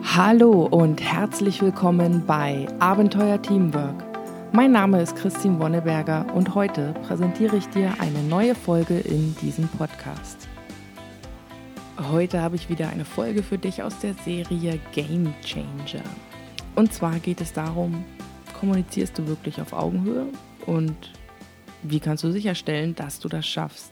Hallo und herzlich willkommen bei Abenteuer Teamwork. Mein Name ist Christine Wonneberger und heute präsentiere ich dir eine neue Folge in diesem Podcast. Heute habe ich wieder eine Folge für dich aus der Serie Game Changer. Und zwar geht es darum, kommunizierst du wirklich auf Augenhöhe und wie kannst du sicherstellen, dass du das schaffst?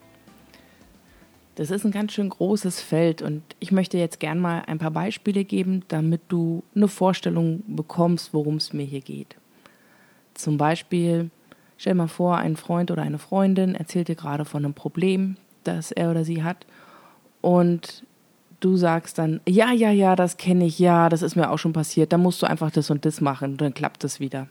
Das ist ein ganz schön großes Feld und ich möchte jetzt gern mal ein paar Beispiele geben, damit du eine Vorstellung bekommst, worum es mir hier geht. Zum Beispiel, stell mal vor, ein Freund oder eine Freundin erzählt dir gerade von einem Problem, das er oder sie hat und du sagst dann, ja, das kenne ich, ja, das ist mir auch schon passiert, da musst du einfach das und das machen, dann klappt es wieder.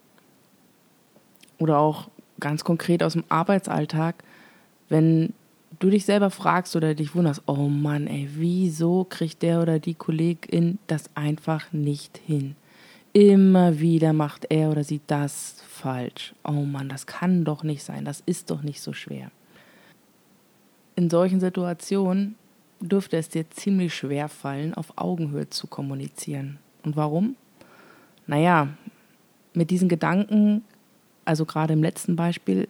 Oder auch ganz konkret aus dem Arbeitsalltag, wenn du dich selber fragst oder dich wunderst, oh Mann, ey, wieso kriegt der oder die Kollegin das einfach nicht hin? Immer wieder macht er oder sie das falsch. Oh Mann, das kann doch nicht sein, das ist doch nicht so schwer. In solchen Situationen dürfte es dir ziemlich schwer fallen, auf Augenhöhe zu kommunizieren. Und warum? Naja, mit diesen Gedanken, also gerade im letzten Beispiel,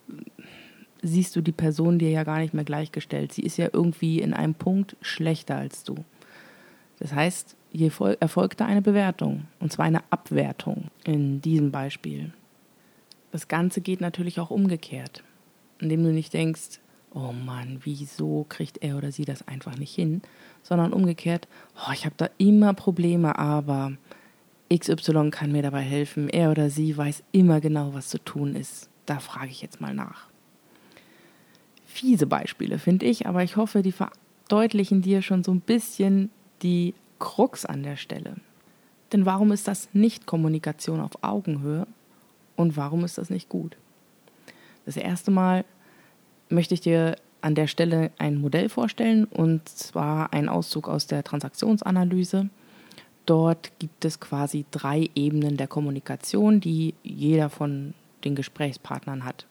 siehst du die Person dir ja gar nicht mehr gleichgestellt. Sie ist ja irgendwie in einem Punkt schlechter als du. Das heißt, hier erfolgt da eine Bewertung, und zwar eine Abwertung in diesem Beispiel. Das Ganze geht natürlich auch umgekehrt, indem du nicht denkst, oh Mann, wieso kriegt er oder sie das einfach nicht hin, sondern umgekehrt, oh, ich habe da immer Probleme, aber XY kann mir dabei helfen, er oder sie weiß immer genau, was zu tun ist. Da frage ich jetzt mal nach. Fiese Beispiele, finde ich, aber ich hoffe, die verdeutlichen dir schon so ein bisschen die Krux an der Stelle. Denn warum ist das nicht Kommunikation auf Augenhöhe und warum ist das nicht gut? Das erste Mal möchte ich dir an der Stelle ein Modell vorstellen, und zwar einen Auszug aus der Transaktionsanalyse. Dort gibt es quasi 3 Ebenen der Kommunikation, die jeder von den Gesprächspartnern hat.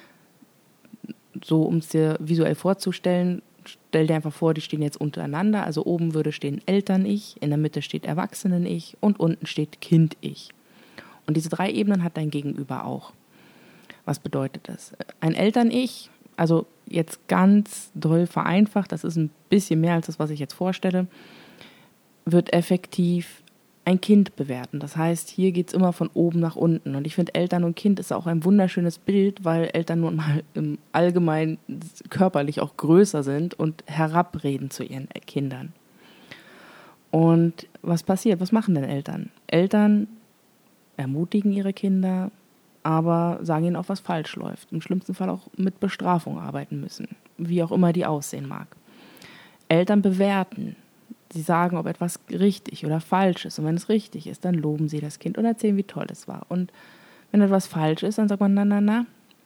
So, um es dir visuell vorzustellen, stell dir einfach vor, die stehen jetzt untereinander. Also oben würde stehen Eltern-Ich, in der Mitte steht Erwachsenen-Ich und unten steht Kind-Ich. Und diese 3 Ebenen hat dein Gegenüber auch. Was bedeutet das? Ein Eltern-Ich, also jetzt ganz doll vereinfacht, das ist ein bisschen mehr als das, was ich jetzt vorstelle, wird effektiv ein Kind bewerten. Das heißt, hier geht es immer von oben nach unten. Und ich finde, Eltern und Kind ist auch ein wunderschönes Bild, weil Eltern nun mal im Allgemeinen körperlich auch größer sind und herabreden zu ihren Kindern. Und was passiert? Was machen denn Eltern? Eltern ermutigen ihre Kinder, aber sagen ihnen auch, was falsch läuft. Im schlimmsten Fall auch mit Bestrafung arbeiten müssen, wie auch immer die aussehen mag. Eltern bewerten. Sie sagen, ob etwas richtig oder falsch ist. Und wenn es richtig ist, dann loben sie das Kind und erzählen, wie toll es war. Und wenn etwas falsch ist, dann sagt man, na.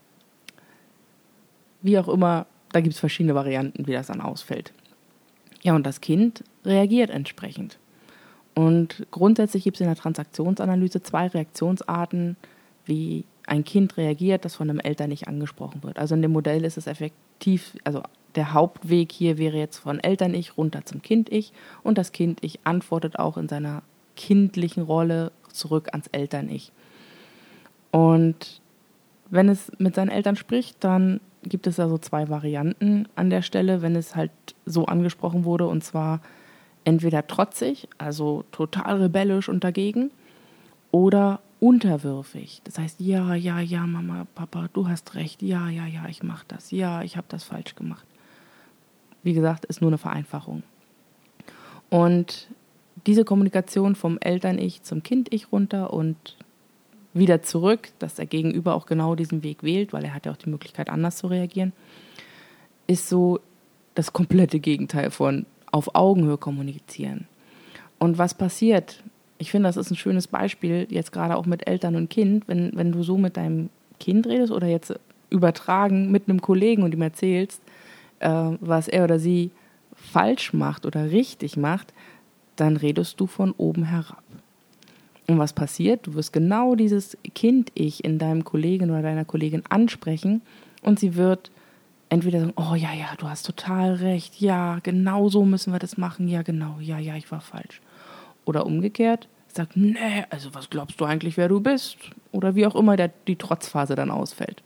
Wie auch immer, da gibt es verschiedene Varianten, wie das dann ausfällt. Ja, und das Kind reagiert entsprechend. Und grundsätzlich gibt es in der Transaktionsanalyse 2 Reaktionsarten, wie ein Kind reagiert, das von einem Eltern nicht angesprochen wird. Also in dem Modell ist es effektiv, also der Hauptweg hier wäre jetzt von Eltern-Ich runter zum Kind-Ich, und das Kind-Ich antwortet auch in seiner kindlichen Rolle zurück ans Eltern-Ich. Und wenn es mit seinen Eltern spricht, dann gibt es also 2 Varianten an der Stelle, wenn es halt so angesprochen wurde, und zwar entweder trotzig, also total rebellisch und dagegen, oder unterwürfig. Das heißt, ja, Mama, Papa, du hast recht, ja, ich mache das, ja, ich habe das falsch gemacht. Wie gesagt, ist nur eine Vereinfachung. Und diese Kommunikation vom Eltern-Ich zum Kind-Ich runter und wieder zurück, dass der Gegenüber auch genau diesen Weg wählt, weil er hat ja auch die Möglichkeit, anders zu reagieren, ist so das komplette Gegenteil von auf Augenhöhe kommunizieren. Und was passiert? Ich finde, das ist ein schönes Beispiel, jetzt gerade auch mit Eltern und Kind, wenn du so mit deinem Kind redest oder jetzt übertragen mit einem Kollegen und ihm erzählst, was er oder sie falsch macht oder richtig macht, dann redest du von oben herab. Und was passiert? Du wirst genau dieses Kind-Ich in deinem Kollegen oder deiner Kollegin ansprechen und sie wird entweder sagen, oh ja, du hast total recht, ja, genau so müssen wir das machen, ja, genau, ja, ich war falsch. Oder umgekehrt, sagt, nee, also was glaubst du eigentlich, wer du bist? Oder wie auch immer die Trotzphase dann ausfällt.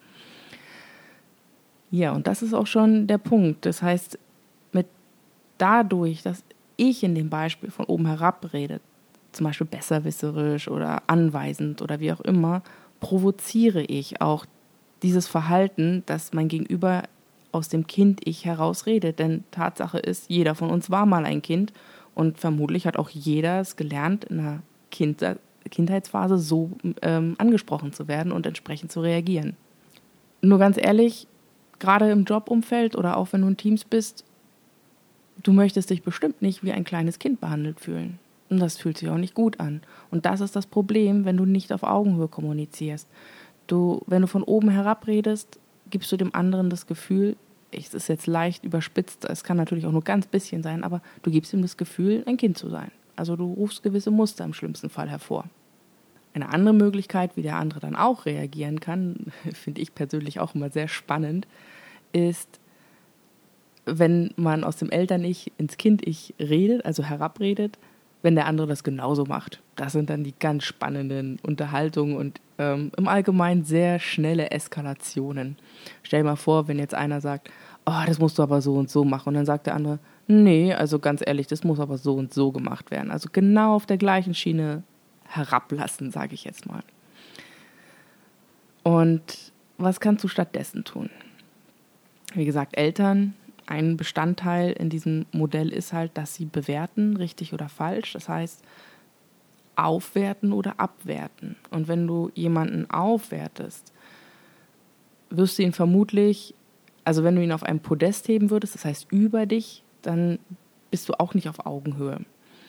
Ja, und das ist auch schon der Punkt. Das heißt, dadurch, dass ich in dem Beispiel von oben herab rede, zum Beispiel besserwisserisch oder anweisend oder wie auch immer, provoziere ich auch dieses Verhalten, dass mein Gegenüber aus dem Kind-Ich heraus redet. Denn Tatsache ist, jeder von uns war mal ein Kind und vermutlich hat auch jeder es gelernt, in einer Kindheitsphase so angesprochen zu werden und entsprechend zu reagieren. Nur ganz ehrlich, gerade im Jobumfeld oder auch wenn du in Teams bist, du möchtest dich bestimmt nicht wie ein kleines Kind behandelt fühlen. Und das fühlt sich auch nicht gut an. Und das ist das Problem, wenn du nicht auf Augenhöhe kommunizierst. Wenn du von oben herab redest, gibst du dem anderen das Gefühl, es ist jetzt leicht überspitzt, es kann natürlich auch nur ganz bisschen sein, aber du gibst ihm das Gefühl, ein Kind zu sein. Also du rufst gewisse Muster im schlimmsten Fall hervor. Eine andere Möglichkeit, wie der andere dann auch reagieren kann, finde ich persönlich auch immer sehr spannend, ist, wenn man aus dem Eltern-Ich ins Kind-Ich redet, also herabredet, wenn der andere das genauso macht. Das sind dann die ganz spannenden Unterhaltungen und im Allgemeinen sehr schnelle Eskalationen. Stell dir mal vor, wenn jetzt einer sagt, oh, das musst du aber so und so machen. Und dann sagt der andere, nee, also ganz ehrlich, das muss aber so und so gemacht werden. Also genau auf der gleichen Schiene herablassen, sage ich jetzt mal. Und was kannst du stattdessen tun? Wie gesagt, Eltern, ein Bestandteil in diesem Modell ist halt, dass sie bewerten, richtig oder falsch. Das heißt, aufwerten oder abwerten. Und wenn du jemanden aufwertest, wirst du ihn vermutlich, also wenn du ihn auf einem Podest heben würdest, das heißt über dich, dann bist du auch nicht auf Augenhöhe.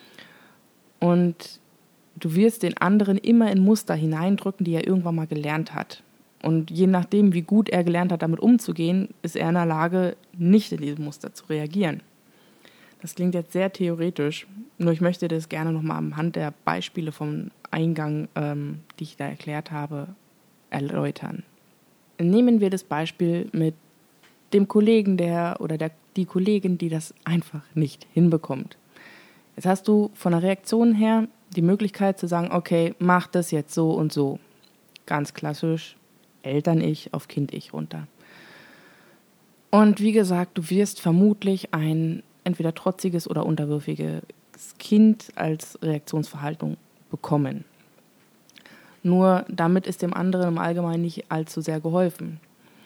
Und du wirst den anderen immer in Muster hineindrücken, die er irgendwann mal gelernt hat. Und je nachdem, wie gut er gelernt hat, damit umzugehen, ist er in der Lage, nicht in diesem Muster zu reagieren. Das klingt jetzt sehr theoretisch, nur ich möchte das gerne nochmal anhand der Beispiele vom Eingang, die ich da erklärt habe, erläutern. Nehmen wir das Beispiel mit dem Kollegen, die Kollegin, die das einfach nicht hinbekommt. Jetzt hast du von der Reaktion her die Möglichkeit zu sagen, okay, mach das jetzt so und so. Ganz klassisch, Eltern-Ich auf Kind-Ich runter. Und wie gesagt, du wirst vermutlich ein entweder trotziges oder unterwürfiges Kind als Reaktionsverhalten bekommen. Nur damit ist dem anderen im Allgemeinen nicht allzu sehr geholfen.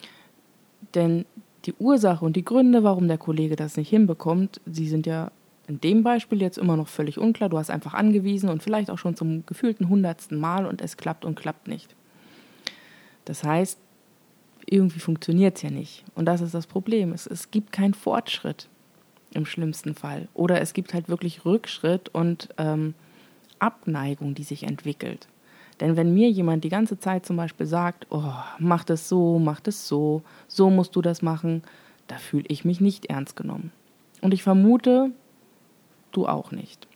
Denn die Ursache und die Gründe, warum der Kollege das nicht hinbekommt, sie sind ja in dem Beispiel jetzt immer noch völlig unklar. Du hast einfach angewiesen und vielleicht auch schon zum gefühlten 100. Mal und es klappt und klappt nicht. Das heißt, irgendwie funktioniert es ja nicht. Und das ist das Problem. Es gibt keinen Fortschritt im schlimmsten Fall. Oder es gibt halt wirklich Rückschritt und Abneigung, die sich entwickelt. Denn wenn mir jemand die ganze Zeit zum Beispiel sagt, oh, mach das so musst du das machen, da fühle ich mich nicht ernst genommen. Und ich vermute, du auch nicht.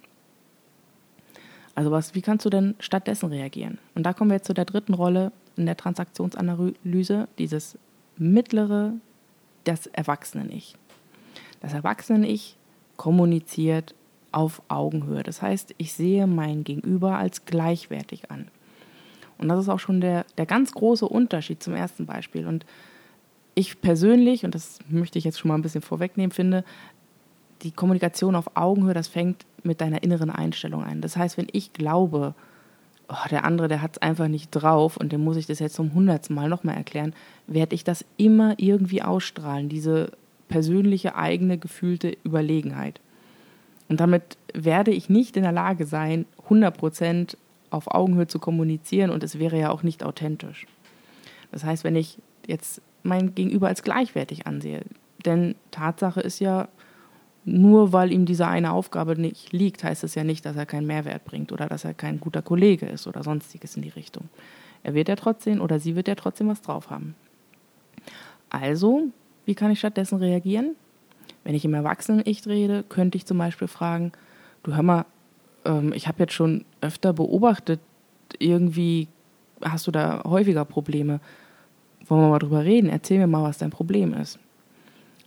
Also wie kannst du denn stattdessen reagieren? Und da kommen wir jetzt zu der dritten Rolle in der Transaktionsanalyse, dieses mittlere, das Erwachsenen-Ich. Das Erwachsenen-Ich kommuniziert auf Augenhöhe. Das heißt, ich sehe mein Gegenüber als gleichwertig an. Und das ist auch schon der ganz große Unterschied zum ersten Beispiel. Und ich persönlich, und das möchte ich jetzt schon mal ein bisschen vorwegnehmen, finde, die Kommunikation auf Augenhöhe, das fängt mit deiner inneren Einstellung an. Das heißt, wenn ich glaube, oh, der andere, der hat es einfach nicht drauf und dem muss ich das jetzt zum 100. Mal nochmal erklären, werde ich das immer irgendwie ausstrahlen, diese persönliche, eigene, gefühlte Überlegenheit. Und damit werde ich nicht in der Lage sein, 100% auf Augenhöhe zu kommunizieren und es wäre ja auch nicht authentisch. Das heißt, wenn ich jetzt mein Gegenüber als gleichwertig ansehe, denn Tatsache ist ja, nur weil ihm diese eine Aufgabe nicht liegt, heißt es ja nicht, dass er keinen Mehrwert bringt oder dass er kein guter Kollege ist oder sonstiges in die Richtung. Er wird ja trotzdem oder sie wird ja trotzdem was drauf haben. Also, wie kann ich stattdessen reagieren? Wenn ich im Erwachsenen-Ich rede, könnte ich zum Beispiel fragen, du hör mal, ich habe jetzt schon öfter beobachtet, irgendwie hast du da häufiger Probleme. Wollen wir mal drüber reden? Erzähl mir mal, was dein Problem ist.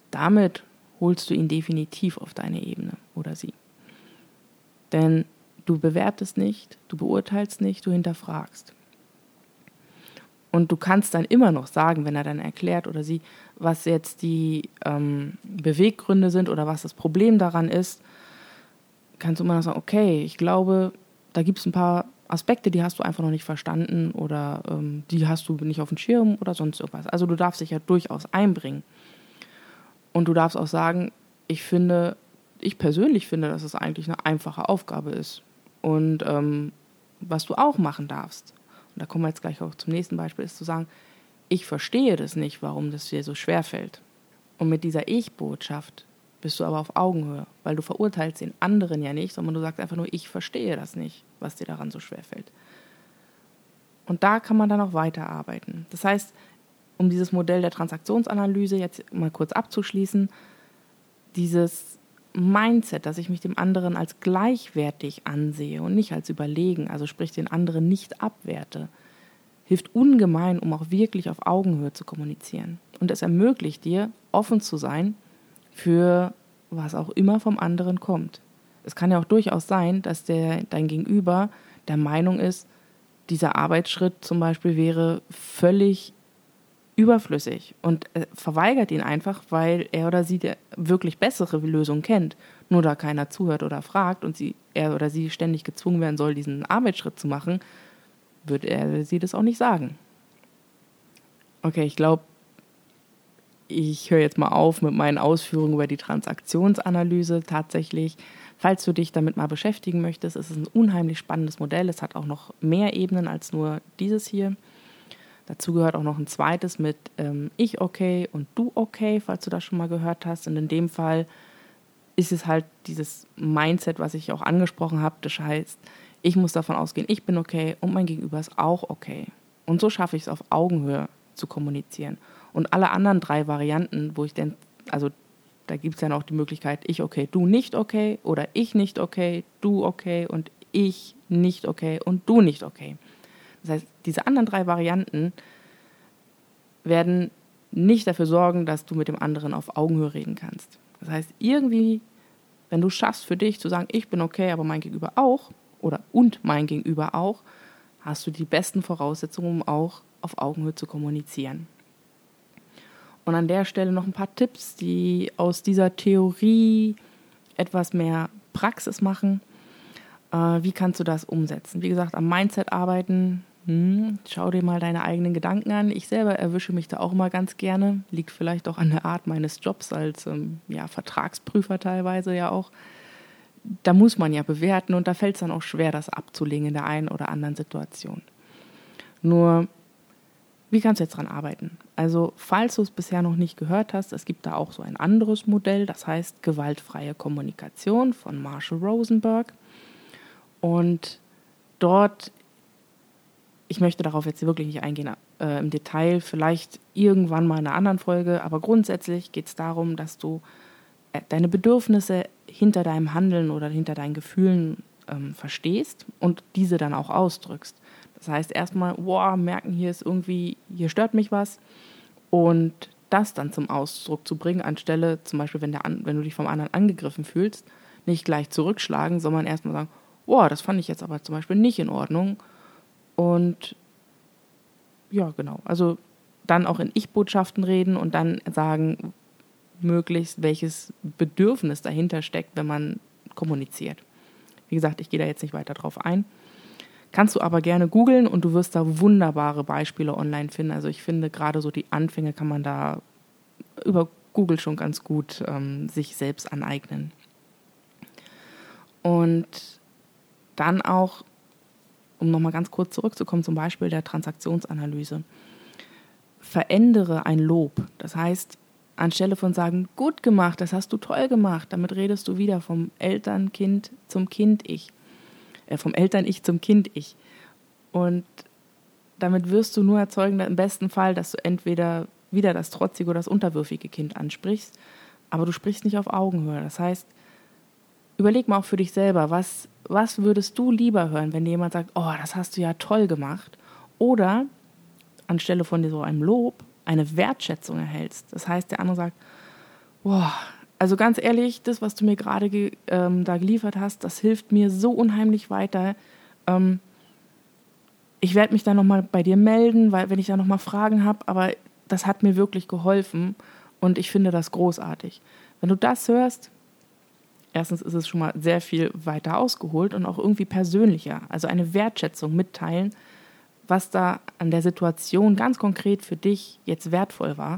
Damit holst du ihn definitiv auf deine Ebene oder sie. Denn Du bewertest nicht, du beurteilst nicht, du hinterfragst. Und du kannst dann immer noch sagen, wenn er dann erklärt oder sie, was jetzt die Beweggründe sind oder was das Problem daran ist, kannst du immer noch sagen, okay, ich glaube, da gibt es ein paar Aspekte, die hast du einfach noch nicht verstanden oder die hast du nicht auf dem Schirm oder sonst irgendwas. Also du darfst dich ja durchaus einbringen. Und du darfst auch sagen, ich persönlich finde, dass es eigentlich eine einfache Aufgabe ist. Und was du auch machen darfst, und da kommen wir jetzt gleich auch zum nächsten Beispiel, ist zu sagen, ich verstehe das nicht, warum das dir so schwer fällt. Und mit dieser Ich-Botschaft bist du aber auf Augenhöhe, weil du verurteilst den anderen ja nicht, sondern du sagst einfach nur, ich verstehe das nicht, was dir daran so schwer fällt. Und da kann man dann auch weiterarbeiten. Das heißt, um dieses Modell der Transaktionsanalyse jetzt mal kurz abzuschließen, dieses Mindset, dass ich mich dem anderen als gleichwertig ansehe und nicht als überlegen, also sprich den anderen nicht abwerte, hilft ungemein, um auch wirklich auf Augenhöhe zu kommunizieren. Und es ermöglicht dir, offen zu sein für was auch immer vom anderen kommt. Es kann ja auch durchaus sein, dass dein Gegenüber der Meinung ist, dieser Arbeitsschritt zum Beispiel wäre völlig überflüssig und verweigert ihn einfach, weil er oder sie die wirklich bessere Lösung kennt. Nur da keiner zuhört oder fragt und er oder sie ständig gezwungen werden soll, diesen Arbeitsschritt zu machen, wird er oder sie das auch nicht sagen. Okay, ich glaube, ich höre jetzt mal auf mit meinen Ausführungen über die Transaktionsanalyse. Tatsächlich, falls du dich damit mal beschäftigen möchtest, ist es ein unheimlich spannendes Modell. Es hat auch noch mehr Ebenen als nur dieses hier. Dazu gehört auch noch ein zweites mit ich okay und du okay, falls du das schon mal gehört hast. Und in dem Fall ist es halt dieses Mindset, was ich auch angesprochen habe. Das heißt, ich muss davon ausgehen, ich bin okay und mein Gegenüber ist auch okay. Und so schaffe ich es auf Augenhöhe zu kommunizieren. Und alle anderen 3 Varianten, wo ich denn, also da gibt es ja noch die Möglichkeit, ich okay, du nicht okay oder ich nicht okay, du okay und ich nicht okay und du nicht okay. Das heißt, diese anderen 3 Varianten werden nicht dafür sorgen, dass du mit dem anderen auf Augenhöhe reden kannst. Das heißt, irgendwie, wenn du schaffst für dich zu sagen, ich bin okay, aber mein Gegenüber auch, oder und mein Gegenüber auch, hast du die besten Voraussetzungen, um auch auf Augenhöhe zu kommunizieren. Und an der Stelle noch ein paar Tipps, die aus dieser Theorie etwas mehr Praxis machen. Wie kannst du das umsetzen? Wie gesagt, am Mindset arbeiten. Schau dir mal deine eigenen Gedanken an. Ich selber erwische mich da auch immer ganz gerne. Liegt vielleicht auch an der Art meines Jobs als Vertragsprüfer teilweise ja auch. Da muss man ja bewerten und da fällt es dann auch schwer, das abzulegen in der einen oder anderen Situation. Nur, wie kannst du jetzt dran arbeiten? Also, falls du es bisher noch nicht gehört hast, es gibt da auch so ein anderes Modell, das heißt gewaltfreie Kommunikation von Marshall Rosenberg. Und dort, ich möchte darauf jetzt wirklich nicht eingehen im Detail, vielleicht irgendwann mal in einer anderen Folge, aber grundsätzlich geht es darum, dass du deine Bedürfnisse hinter deinem Handeln oder hinter deinen Gefühlen verstehst und diese dann auch ausdrückst. Das heißt erstmal, merken, hier stört mich was und das dann zum Ausdruck zu bringen, anstelle zum Beispiel, wenn du dich vom anderen angegriffen fühlst, nicht gleich zurückschlagen, sondern erstmal sagen, das fand ich jetzt aber zum Beispiel nicht in Ordnung. Und ja, genau, also dann auch in Ich-Botschaften reden und dann sagen, möglichst welches Bedürfnis dahinter steckt, wenn man kommuniziert. Wie gesagt, ich gehe da jetzt nicht weiter drauf ein. Kannst du aber gerne googeln und du wirst da wunderbare Beispiele online finden. Also ich finde, gerade so die Anfänge kann man da über Google schon ganz gut sich selbst aneignen. Und dann auch, um nochmal ganz kurz zurückzukommen, zum Beispiel der Transaktionsanalyse. Verändere ein Lob. Das heißt, anstelle von sagen, gut gemacht, das hast du toll gemacht, damit redest du wieder vom Eltern-Kind zum Kind-Ich. Vom Eltern-Ich zum Kind-Ich. Und damit wirst du nur erzeugen, im besten Fall, dass du entweder wieder das trotzige oder das unterwürfige Kind ansprichst, aber du sprichst nicht auf Augenhöhe. Das heißt, überleg mal auch für dich selber, was würdest du lieber hören, wenn dir jemand sagt, das hast du ja toll gemacht, oder anstelle von so einem Lob eine Wertschätzung erhältst. Das heißt, der andere sagt, Also ganz ehrlich, das, was du mir gerade da geliefert hast, das hilft mir so unheimlich weiter. Ich werde mich dann nochmal bei dir melden, weil wenn ich da nochmal Fragen habe, aber das hat mir wirklich geholfen und ich finde das großartig. Wenn du das hörst, erstens ist es schon mal sehr viel weiter ausgeholt und auch irgendwie persönlicher, also eine Wertschätzung mitteilen, was da an der Situation ganz konkret für dich jetzt wertvoll war.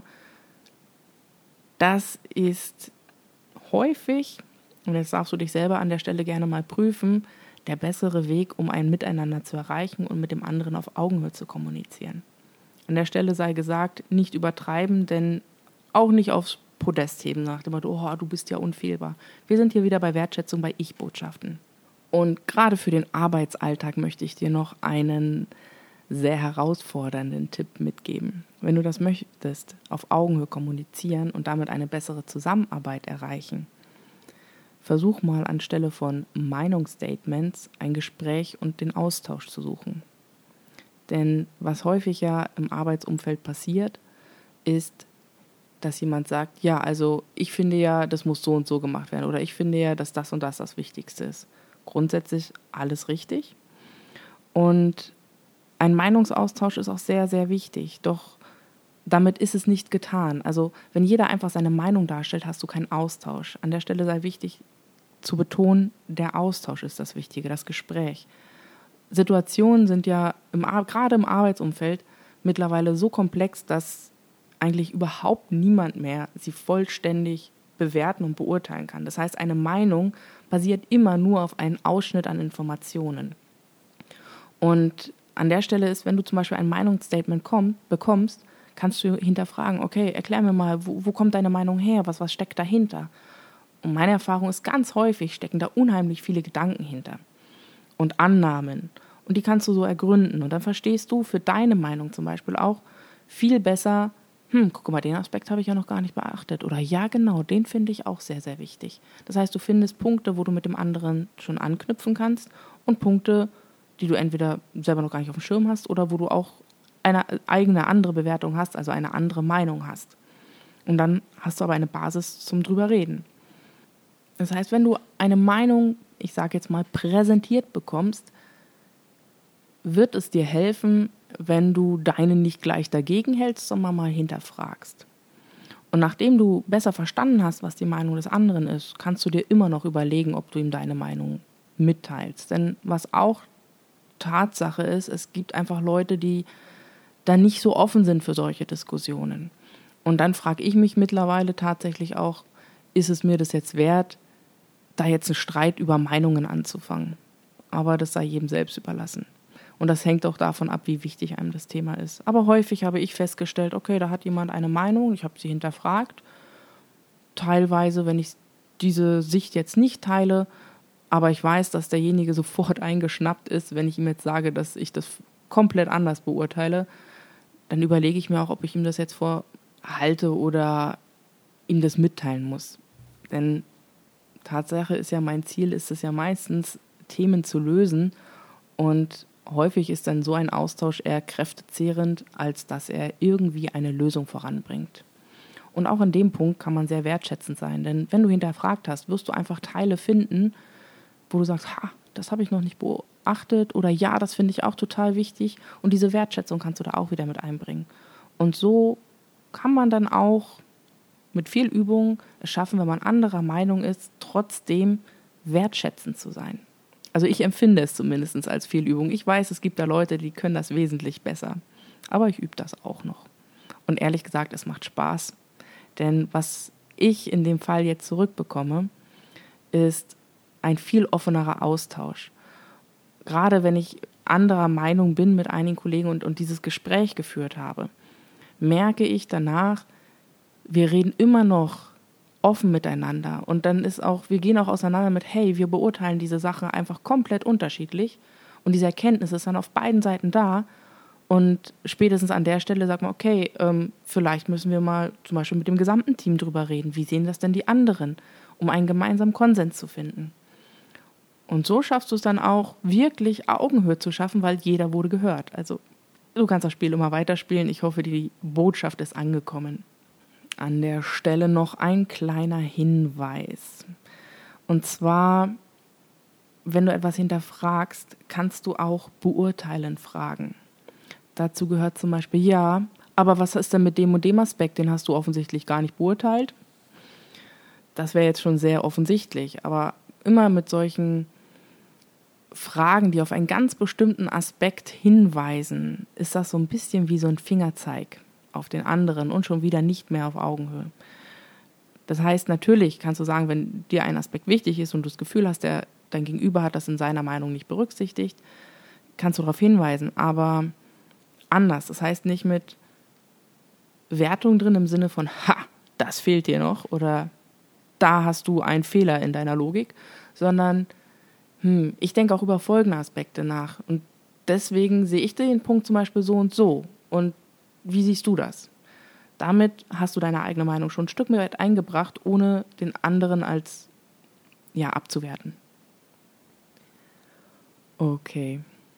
Das ist häufig, und jetzt darfst du dich selber an der Stelle gerne mal prüfen, der bessere Weg, um ein Miteinander zu erreichen und mit dem anderen auf Augenhöhe zu kommunizieren. An der Stelle sei gesagt, nicht übertreiben, denn auch nicht aufs Podest heben nach dem Motto, oh, du bist ja unfehlbar. Wir sind hier wieder bei Wertschätzung, bei Ich-Botschaften. Und gerade für den Arbeitsalltag möchte ich dir noch einen sehr herausfordernden Tipp mitgeben. Wenn du das möchtest, auf Augenhöhe kommunizieren und damit eine bessere Zusammenarbeit erreichen, versuch mal anstelle von Meinungsstatements ein Gespräch und den Austausch zu suchen. Denn was häufig ja im Arbeitsumfeld passiert, ist, dass jemand sagt, ja, also ich finde ja, das muss so und so gemacht werden oder ich finde ja, dass das und das das Wichtigste ist. Grundsätzlich alles richtig. Und ein Meinungsaustausch ist auch sehr, sehr wichtig, doch damit ist es nicht getan. Also wenn jeder einfach seine Meinung darstellt, hast du keinen Austausch. An der Stelle sei wichtig zu betonen, der Austausch ist das Wichtige, das Gespräch. Situationen sind ja gerade im Arbeitsumfeld mittlerweile so komplex, dass eigentlich überhaupt niemand mehr sie vollständig bewerten und beurteilen kann. Das heißt, eine Meinung basiert immer nur auf einem Ausschnitt an Informationen. Und an der Stelle ist, wenn du zum Beispiel ein Meinungsstatement bekommst, kannst du hinterfragen, okay, erklär mir mal, wo kommt deine Meinung her, was steckt dahinter? Und meine Erfahrung ist, ganz häufig stecken da unheimlich viele Gedanken hinter und Annahmen. Und die kannst du so ergründen. Und dann verstehst du für deine Meinung zum Beispiel auch viel besser, guck mal, den Aspekt habe ich ja noch gar nicht beachtet. Oder ja, genau, den finde ich auch sehr, sehr wichtig. Das heißt, du findest Punkte, wo du mit dem anderen schon anknüpfen kannst und Punkte, die du entweder selber noch gar nicht auf dem Schirm hast oder wo du auch eine eigene andere Bewertung hast, also eine andere Meinung hast. Und dann hast du aber eine Basis zum drüber reden. Das heißt, wenn du eine Meinung, ich sage jetzt mal, präsentiert bekommst, wird es dir helfen, wenn du deine nicht gleich dagegen hältst, sondern mal hinterfragst. Und nachdem du besser verstanden hast, was die Meinung des anderen ist, kannst du dir immer noch überlegen, ob du ihm deine Meinung mitteilst. Denn was auch Tatsache ist, es gibt einfach Leute, die da nicht so offen sind für solche Diskussionen. Und dann frage ich mich mittlerweile tatsächlich auch, ist es mir das jetzt wert, da jetzt einen Streit über Meinungen anzufangen? Aber das sei jedem selbst überlassen. Und das hängt auch davon ab, wie wichtig einem das Thema ist. Aber häufig habe ich festgestellt, okay, da hat jemand eine Meinung, ich habe sie hinterfragt. Teilweise, wenn ich diese Sicht jetzt nicht teile, aber ich weiß, dass derjenige sofort eingeschnappt ist, wenn ich ihm jetzt sage, dass ich das komplett anders beurteile, dann überlege ich mir auch, ob ich ihm das jetzt vorhalte oder ihm das mitteilen muss. Denn Tatsache ist ja, mein Ziel ist es ja meistens, Themen zu lösen, und häufig ist dann so ein Austausch eher kräftezehrend, als dass er irgendwie eine Lösung voranbringt. Und auch an dem Punkt kann man sehr wertschätzend sein, denn wenn du hinterfragt hast, wirst du einfach Teile finden, wo du sagst, das habe ich noch nicht beachtet oder ja, das finde ich auch total wichtig, und diese Wertschätzung kannst du da auch wieder mit einbringen. Und so kann man dann auch mit viel Übung es schaffen, wenn man anderer Meinung ist, trotzdem wertschätzend zu sein. Also ich empfinde es zumindest als viel Übung. Ich weiß, es gibt da Leute, die können das wesentlich besser. Aber ich übe das auch noch. Und ehrlich gesagt, es macht Spaß. Denn was ich in dem Fall jetzt zurückbekomme, ist ein viel offenerer Austausch. Gerade wenn ich anderer Meinung bin mit einigen Kollegen und dieses Gespräch geführt habe, merke ich danach, wir reden immer noch offen miteinander. Und dann ist auch, wir gehen auch auseinander mit, hey, wir beurteilen diese Sache einfach komplett unterschiedlich. Und diese Erkenntnis ist dann auf beiden Seiten da. Und spätestens an der Stelle sagt man, okay, vielleicht müssen wir mal zum Beispiel mit dem gesamten Team drüber reden. Wie sehen das denn die anderen, um einen gemeinsamen Konsens zu finden? Und so schaffst du es dann auch, wirklich Augenhöhe zu schaffen, weil jeder wurde gehört. Also du kannst das Spiel immer weiterspielen. Ich hoffe, die Botschaft ist angekommen. an der Stelle noch ein kleiner Hinweis. Und zwar, wenn du etwas hinterfragst, kannst du auch beurteilend fragen. Dazu gehört zum Beispiel, ja, aber was ist denn mit dem und dem Aspekt? Den hast du offensichtlich gar nicht beurteilt. Das wäre jetzt schon sehr offensichtlich, aber immer mit solchen Fragen, die auf einen ganz bestimmten Aspekt hinweisen, ist das so ein bisschen wie so ein Fingerzeig auf den anderen und schon wieder nicht mehr auf Augenhöhe. Das heißt, natürlich kannst du sagen, wenn dir ein Aspekt wichtig ist und du das Gefühl hast, dein Gegenüber hat das in seiner Meinung nicht berücksichtigt, kannst du darauf hinweisen, aber anders. Das heißt nicht mit Wertung drin im Sinne von, das fehlt dir noch oder da hast du einen Fehler in deiner Logik, sondern ich denke auch über folgende Aspekte nach und deswegen sehe ich den Punkt zum Beispiel so und wie siehst du das? Damit hast du deine eigene Meinung schon ein Stück weit eingebracht, ohne den anderen als abzuwerten. Okay.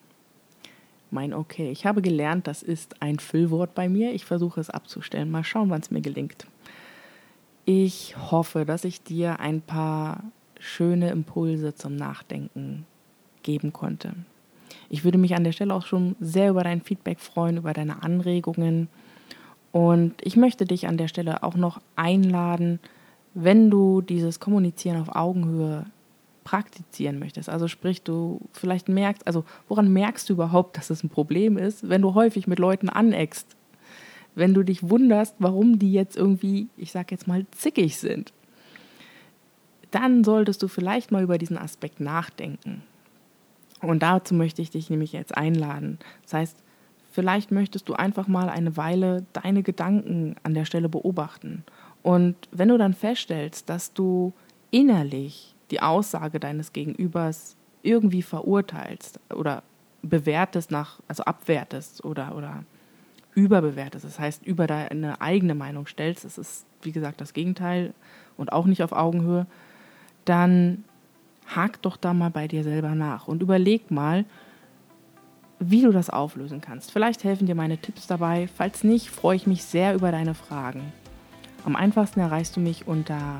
Ich habe gelernt, das ist ein Füllwort bei mir. Ich versuche es abzustellen. Mal schauen, wann es mir gelingt. Ich hoffe, dass ich dir ein paar schöne Impulse zum Nachdenken geben konnte. Ich würde mich an der Stelle auch schon sehr über dein Feedback freuen, über deine Anregungen. Und ich möchte dich an der Stelle auch noch einladen, wenn du dieses Kommunizieren auf Augenhöhe praktizieren möchtest. Also sprich, du vielleicht merkst, also woran merkst du überhaupt, dass es ein Problem ist, wenn du häufig mit Leuten aneckst? Wenn du dich wunderst, warum die jetzt irgendwie, ich sag jetzt mal, zickig sind, dann solltest du vielleicht mal über diesen Aspekt nachdenken. Und dazu möchte ich dich nämlich jetzt einladen. Das heißt, vielleicht möchtest du einfach mal eine Weile deine Gedanken an der Stelle beobachten. Und wenn du dann feststellst, dass du innerlich die Aussage deines Gegenübers irgendwie verurteilst oder bewertest abwertest oder überbewertest, das heißt, über deine eigene Meinung stellst, das ist, wie gesagt, das Gegenteil und auch nicht auf Augenhöhe, dann hak doch da mal bei dir selber nach und überleg mal, wie du das auflösen kannst. Vielleicht helfen dir meine Tipps dabei. Falls nicht, freue ich mich sehr über deine Fragen. Am einfachsten erreichst du mich unter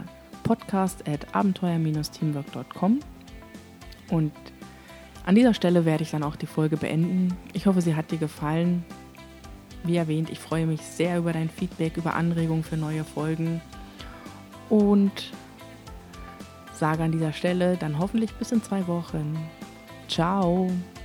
podcast@abenteuer-teamwork.com und an dieser Stelle werde ich dann auch die Folge beenden. Ich hoffe, sie hat dir gefallen. Wie erwähnt, ich freue mich sehr über dein Feedback, über Anregungen für neue Folgen und sage an dieser Stelle dann hoffentlich bis in 2 Wochen. Ciao!